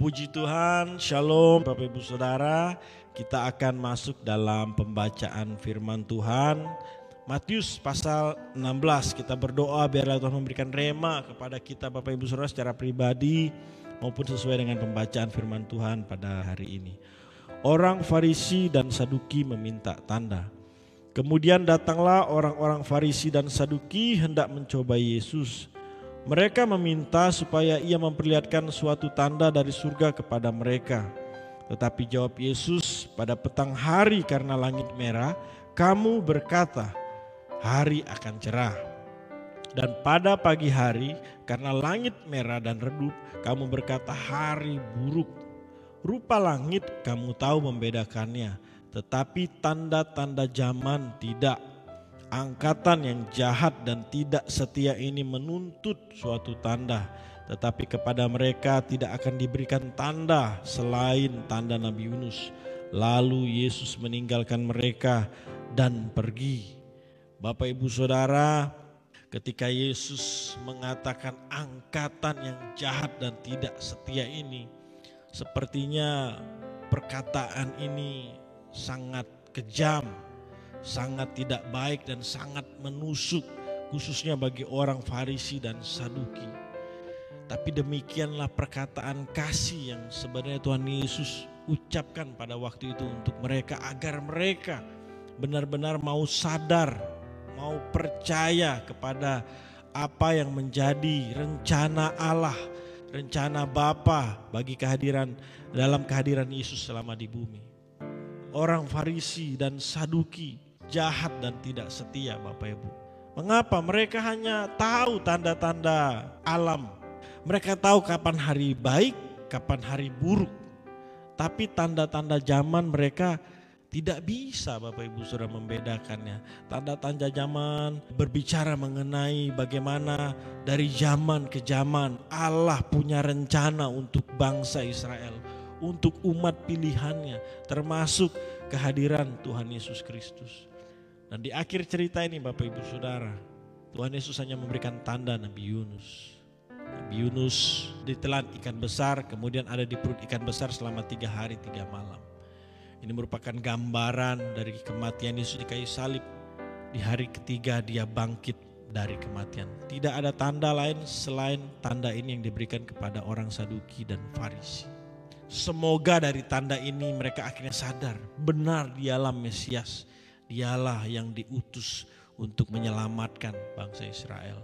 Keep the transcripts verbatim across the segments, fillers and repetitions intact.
Puji Tuhan, Shalom Bapak Ibu Saudara. Kita akan masuk dalam pembacaan firman Tuhan. Matius pasal enam belas, kita berdoa biarlah Tuhan memberikan rema kepada kita Bapak Ibu Saudara secara pribadi maupun sesuai dengan pembacaan firman Tuhan pada hari ini. Orang Farisi dan Saduki meminta tanda. Kemudian datanglah orang-orang Farisi dan Saduki hendak mencobai Yesus. Mereka meminta supaya ia memperlihatkan suatu tanda dari surga kepada mereka. Tetapi jawab Yesus, pada petang hari karena langit merah, kamu berkata, hari akan cerah. Dan pada pagi hari karena langit merah dan redup, kamu berkata hari buruk. Rupa langit kamu tahu membedakannya, tetapi tanda-tanda zaman tidak. Angkatan yang jahat dan tidak setia ini menuntut suatu tanda, tetapi kepada mereka tidak akan diberikan tanda selain tanda Nabi Yunus. Lalu Yesus meninggalkan mereka dan pergi. Bapak Ibu Saudara, ketika Yesus mengatakan angkatan yang jahat dan tidak setia ini, sepertinya perkataan ini sangat kejam, sangat tidak baik dan sangat menusuk, khususnya bagi orang Farisi dan Saduki. Tapi demikianlah perkataan kasih yang sebenarnya Tuhan Yesus ucapkan pada waktu itu untuk mereka, agar mereka benar-benar mau sadar, mau percaya kepada apa yang menjadi rencana Allah, rencana Bapa bagi kehadiran dalam kehadiran Yesus selama di bumi. Orang Farisi dan Saduki jahat dan tidak setia Bapak Ibu. Mengapa? Mereka hanya tahu tanda-tanda alam. Mereka tahu kapan hari baik, kapan hari buruk. Tapi tanda-tanda zaman mereka tidak bisa Bapak Ibu Saudara membedakannya. Tanda-tanda zaman berbicara mengenai bagaimana dari zaman ke zaman Allah punya rencana untuk bangsa Israel, untuk umat pilihannya, termasuk kehadiran Tuhan Yesus Kristus. Dan di akhir cerita ini Bapak Ibu Saudara, Tuhan Yesus hanya memberikan tanda Nabi Yunus. Nabi Yunus ditelan ikan besar, kemudian ada di perut ikan besar selama tiga hari tiga malam. Ini merupakan gambaran dari kematian Yesus di kayu salib. Di hari ketiga dia bangkit dari kematian. Tidak ada tanda lain selain tanda ini yang diberikan kepada orang Saduki dan Farisi. Semoga dari tanda ini mereka akhirnya sadar, benar dialah Mesias. Dialah yang diutus untuk menyelamatkan bangsa Israel.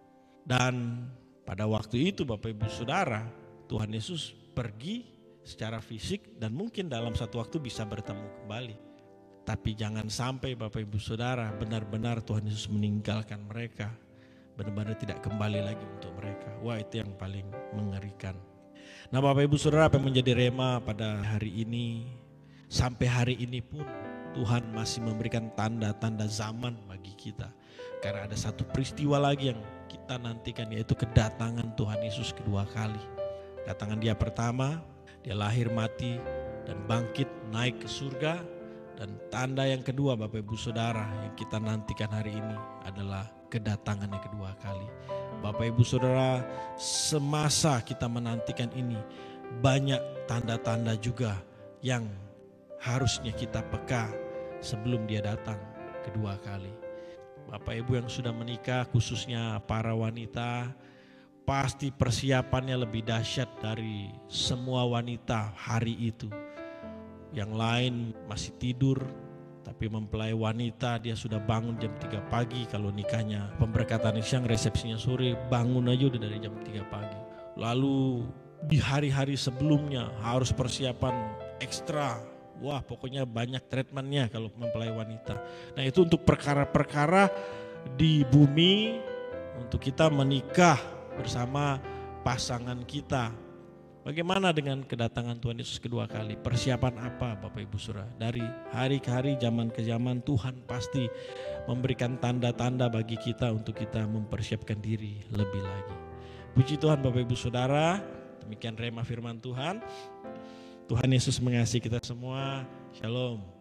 Dan pada waktu itu Bapak Ibu Saudara, Tuhan Yesus pergi secara fisik dan mungkin dalam satu waktu bisa bertemu kembali. Tapi jangan sampai Bapak Ibu Saudara benar-benar Tuhan Yesus meninggalkan mereka, benar-benar tidak kembali lagi untuk mereka. Wah, itu yang paling mengerikan. Nah Bapak Ibu Saudara, apa yang menjadi rema pada hari ini, sampai hari ini pun Tuhan masih memberikan tanda-tanda zaman bagi kita. Karena ada satu peristiwa lagi yang kita nantikan, yaitu kedatangan Tuhan Yesus kedua kali. Kedatangan dia pertama, dia lahir, mati, dan bangkit naik ke surga. Dan tanda yang kedua Bapak Ibu Saudara yang kita nantikan hari ini adalah kedatangan yang kedua kali. Bapak Ibu Saudara, semasa kita menantikan ini, banyak tanda-tanda juga yang harusnya kita peka sebelum dia datang kedua kali. Bapak Ibu yang sudah menikah, khususnya para wanita, pasti persiapannya lebih dahsyat dari semua wanita hari itu. Yang lain masih tidur, tapi mempelai wanita dia sudah bangun jam tiga pagi. Kalau nikahnya pemberkatan siang, resepsinya sore, bangun aja udah dari jam tiga pagi. Lalu di hari-hari sebelumnya harus persiapan ekstra. Wah, pokoknya banyak treatmentnya kalau mempelai wanita. Nah, itu untuk perkara-perkara di bumi, untuk kita menikah bersama pasangan kita. Bagaimana dengan kedatangan Tuhan Yesus kedua kali? Persiapan apa Bapak Ibu Saudara? Dari hari ke hari, zaman ke zaman, Tuhan pasti memberikan tanda-tanda bagi kita untuk kita mempersiapkan diri lebih lagi. Puji Tuhan Bapak Ibu Saudara, demikian rema firman Tuhan. Tuhan Yesus mengasihi kita semua. Shalom.